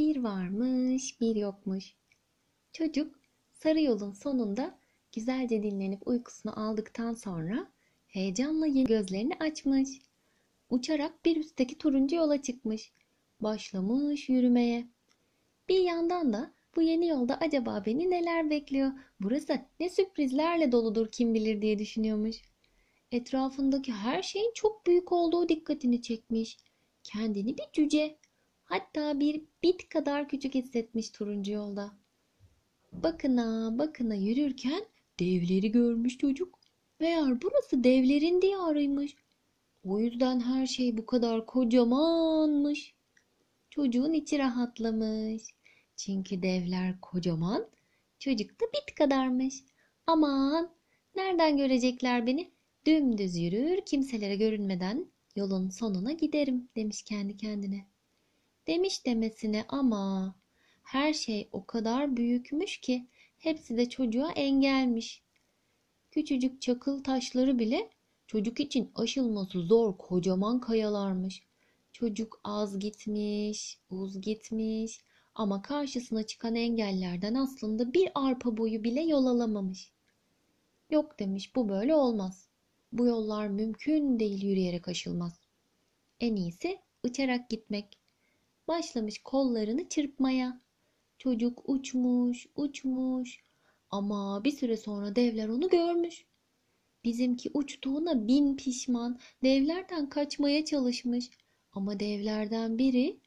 Bir varmış, bir yokmuş. Çocuk sarı yolun sonunda güzelce dinlenip uykusunu aldıktan sonra heyecanla yeni gözlerini açmış. Uçarak bir üstteki turuncu yola çıkmış. Başlamış yürümeye. Bir yandan da bu yeni yolda acaba beni neler bekliyor? Burası ne sürprizlerle doludur kim bilir diye düşünüyormuş. Etrafındaki her şeyin çok büyük olduğu dikkatini çekmiş. Kendini bir cüce, hatta bir bit kadar küçük hissetmiş turuncu yolda. Bakına bakına yürürken devleri görmüş çocuk. Meğer burası devlerin diyarıymış. O yüzden her şey bu kadar kocamanmış. Çocuğun içi rahatlamış. Çünkü devler kocaman, çocuk da bit kadarmış. Aman, nereden görecekler beni? Dümdüz yürür, kimselere görünmeden yolun sonuna giderim demiş kendi kendine. Demiş demesine ama her şey o kadar büyükmüş ki hepsi de çocuğa engelmiş. Küçücük çakıl taşları bile çocuk için aşılması zor kocaman kayalarmış. Çocuk az gitmiş, uz gitmiş ama karşısına çıkan engellerden aslında bir arpa boyu bile yol alamamış. Yok demiş, bu böyle olmaz. Bu yollar mümkün değil, yürüyerek aşılmaz. En iyisi uçarak gitmek. Başlamış kollarını çırpmaya. Çocuk uçmuş, uçmuş ama bir süre sonra devler onu görmüş. Bizimki uçtuğuna bin pişman, devlerden kaçmaya çalışmış. Ama devlerden biri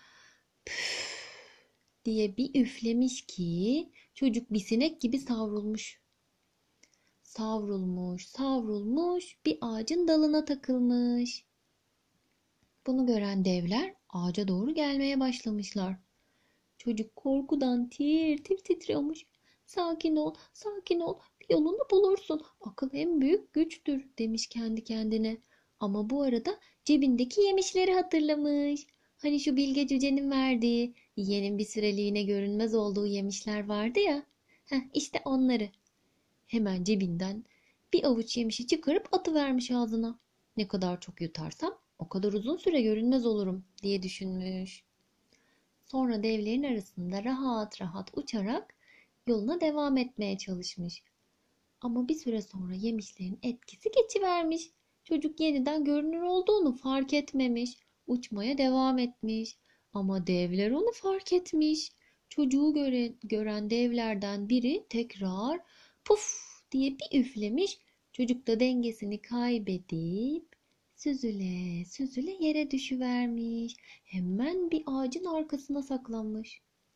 diye bir üflemiş ki çocuk bir sinek gibi savrulmuş. Savrulmuş, savrulmuş, bir ağacın dalına takılmış. Bunu gören devler ağaca doğru gelmeye başlamışlar. Çocuk korkudan tir tir titriyormuş. Sakin ol, sakin ol, bir yolunu bulursun. Akıl en büyük güçtür demiş kendi kendine. Ama bu arada cebindeki yemişleri hatırlamış. Hani şu bilge cücenin verdiği, yiyenin bir süreliğine görünmez olduğu yemişler vardı ya. İşte onları. Hemen cebinden bir avuç yemişi çıkarıp atıvermiş ağzına. Ne kadar çok yutarsam o kadar uzun süre görünmez olurum diye düşünmüş. Sonra devlerin arasında rahat rahat uçarak yoluna devam etmeye çalışmış. Ama bir süre sonra yemişlerin etkisi geçivermiş. Çocuk yeniden görünür olduğunu fark etmemiş. Uçmaya devam etmiş. Ama devler onu fark etmiş. Çocuğu gören devlerden biri tekrar puf diye bir üflemiş. Çocuk da dengesini kaybedip süzüle süzüle yere düşüvermiş. Hemen bir ağacın arkasına saklanmış.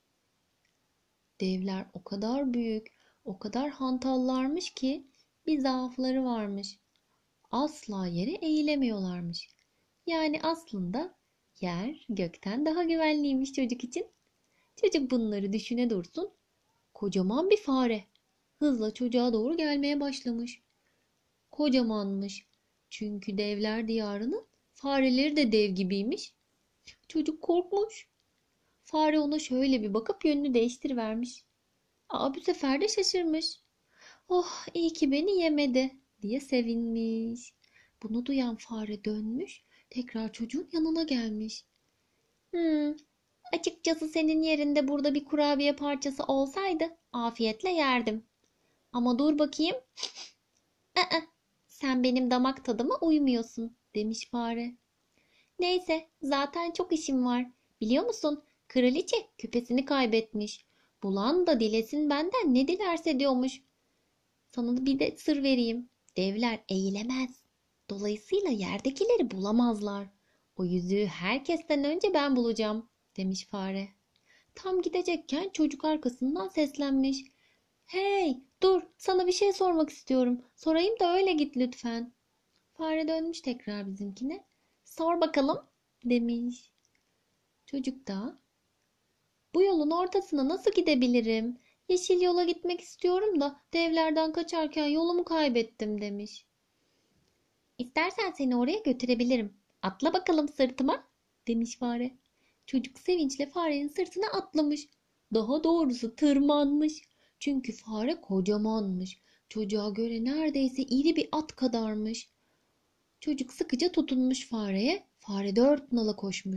Devler o kadar büyük, o kadar hantallarmış ki bir zaafları varmış. Asla yere eğilemiyorlarmış. Yani aslında yer gökten daha güvenliymiş çocuk için. Çocuk bunları düşüne dursun. Kocaman bir fare hızla çocuğa doğru gelmeye başlamış. Kocamanmış. Çünkü devler diyarının fareleri de dev gibiymiş. Çocuk korkmuş. Fare ona şöyle bir bakıp yönünü değiştirivermiş. Bu sefer de şaşırmış. Oh, iyi ki beni yemedi diye sevinmiş. Bunu duyan fare dönmüş, tekrar çocuğun yanına gelmiş. Hmm, açıkçası senin yerinde burada bir kurabiye parçası olsaydı afiyetle yerdim. Ama dur bakayım. Aa, sen benim damak tadıma uymuyorsun demiş fare. Neyse, zaten çok işim var. Biliyor musun? Kraliçe küpesini kaybetmiş. Bulan da dilesin benden ne dilerse diyormuş. Sana bir de sır vereyim. Devler eğilemez. Dolayısıyla yerdekileri bulamazlar. O yüzüğü herkesten önce ben bulacağım, demiş fare. Tam gidecekken çocuk arkasından seslenmiş. Hey, dur, sana bir şey sormak istiyorum. Sorayım da öyle git lütfen. Fare dönmüş tekrar bizimkine. Sor bakalım, demiş. Çocuk da bu yolun ortasına nasıl gidebilirim? Yeşil yola gitmek istiyorum da devlerden kaçarken yolumu kaybettim demiş. İstersen seni oraya götürebilirim. Atla bakalım sırtıma, demiş fare. Çocuk sevinçle farenin sırtına atlamış. Daha doğrusu tırmanmış. Çünkü fare kocamanmış. Çocuğa göre neredeyse iri bir at kadarmış. Çocuk sıkıca tutunmuş fareye. Fare dört nala koşmuş.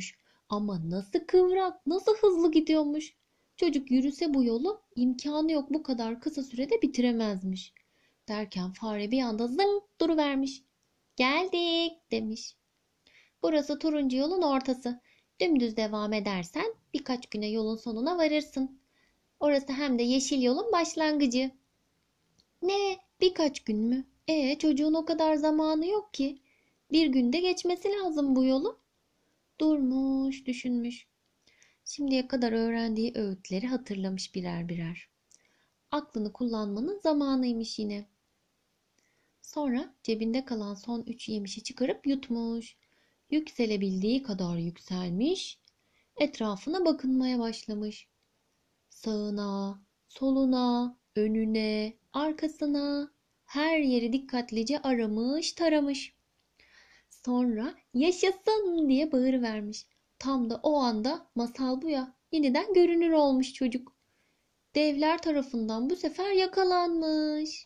Ama nasıl kıvrak, nasıl hızlı gidiyormuş. Çocuk yürüse bu yolu imkanı yok bu kadar kısa sürede bitiremezmiş. Derken fare bir anda zınk duruvermiş. Geldik demiş. Burası turuncu yolun ortası. Dümdüz devam edersen birkaç güne yolun sonuna varırsın. Orası hem de yeşil yolun başlangıcı. Ne? Birkaç gün mü? Çocuğun o kadar zamanı yok ki. Bir günde geçmesi lazım bu yolu. Durmuş, düşünmüş. Şimdiye kadar öğrendiği öğütleri hatırlamış birer birer. Aklını kullanmanın zamanıymış yine. Sonra cebinde kalan son 3 yemişi çıkarıp yutmuş. Yükselebildiği kadar yükselmiş, etrafına bakınmaya başlamış. Sağına, soluna, önüne, arkasına, her yeri dikkatlice aramış, taramış. Sonra yaşasın diye bağırıvermiş. Tam da o anda masal bu ya, yeniden görünür olmuş çocuk. Devler tarafından bu sefer yakalanmış.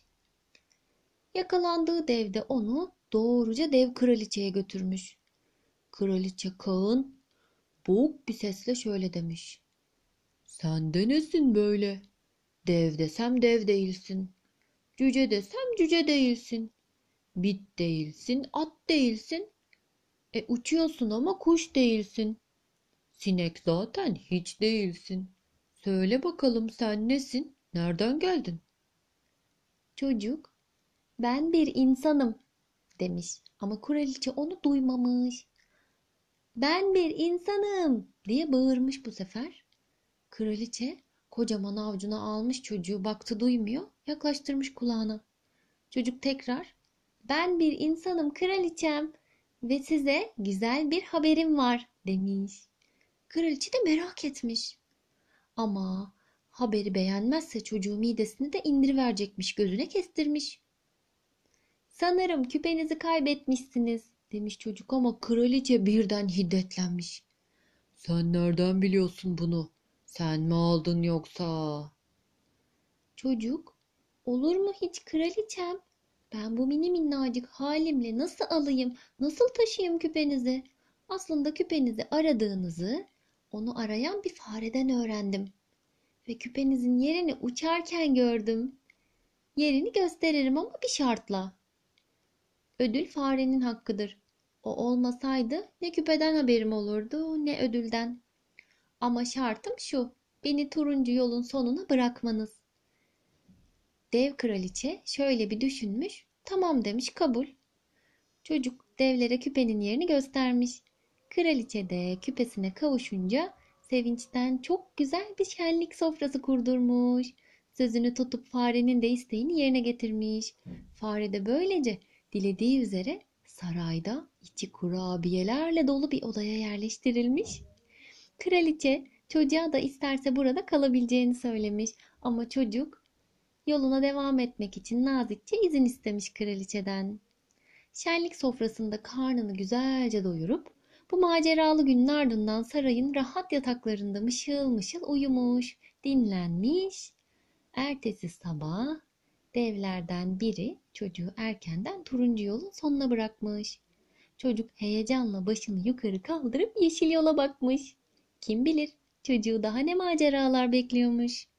Yakalandığı dev de onu doğruca dev kraliçeye götürmüş. Kraliçe Kaan boğuk bir sesle şöyle demiş. Sen de nesin böyle? Dev desem dev değilsin. Cüce desem cüce değilsin. Bit değilsin, at değilsin. Uçuyorsun ama kuş değilsin. Sinek zaten hiç değilsin. Söyle bakalım sen nesin? Nereden geldin? Çocuk, ben bir insanım demiş ama kraliçe onu duymamış. Ben bir insanım diye bağırmış bu sefer. Kraliçe kocaman avucuna almış çocuğu, baktı duymuyor, yaklaştırmış kulağına. Çocuk tekrar ben bir insanım kraliçem ve size güzel bir haberim var demiş. Kraliçe de merak etmiş. Ama haberi beğenmezse çocuğu midesini de indiriverecekmiş, gözüne kestirmiş. Sanırım küpenizi kaybetmişsiniz demiş çocuk ama kraliçe birden hiddetlenmiş. Sen nereden biliyorsun bunu? Sen mi aldın yoksa? Çocuk, olur mu hiç kraliçem? Ben bu mini minnacık halimle nasıl alayım, nasıl taşıyayım küpenizi? Aslında küpenizi aradığınızı onu arayan bir fareden öğrendim. Ve küpenizin yerini uçarken gördüm. Yerini gösteririm ama bir şartla. Ödül farenin hakkıdır. O olmasaydı ne küpeden haberim olurdu ne ödülden. Ama şartım şu, beni turuncu yolun sonuna bırakmanız. Dev kraliçe şöyle bir düşünmüş, tamam demiş, kabul. Çocuk devlere küpenin yerini göstermiş. Kraliçe de küpesine kavuşunca sevinçten çok güzel bir şenlik sofrası kurdurmuş. Sözünü tutup farenin de isteğini yerine getirmiş. Fare de böylece dilediği üzere sarayda içi kurabiyelerle dolu bir odaya yerleştirilmiş. Kraliçe çocuğa da isterse burada kalabileceğini söylemiş ama çocuk yoluna devam etmek için nazikçe izin istemiş kraliçeden. Şenlik sofrasında karnını güzelce doyurup bu maceralı günün ardından sarayın rahat yataklarında mışıl mışıl uyumuş, dinlenmiş. Ertesi sabah devlerden biri çocuğu erkenden turuncu yolun sonuna bırakmış. Çocuk heyecanla başını yukarı kaldırıp yeşil yola bakmış. Kim bilir çocuğu daha ne maceralar bekliyormuş.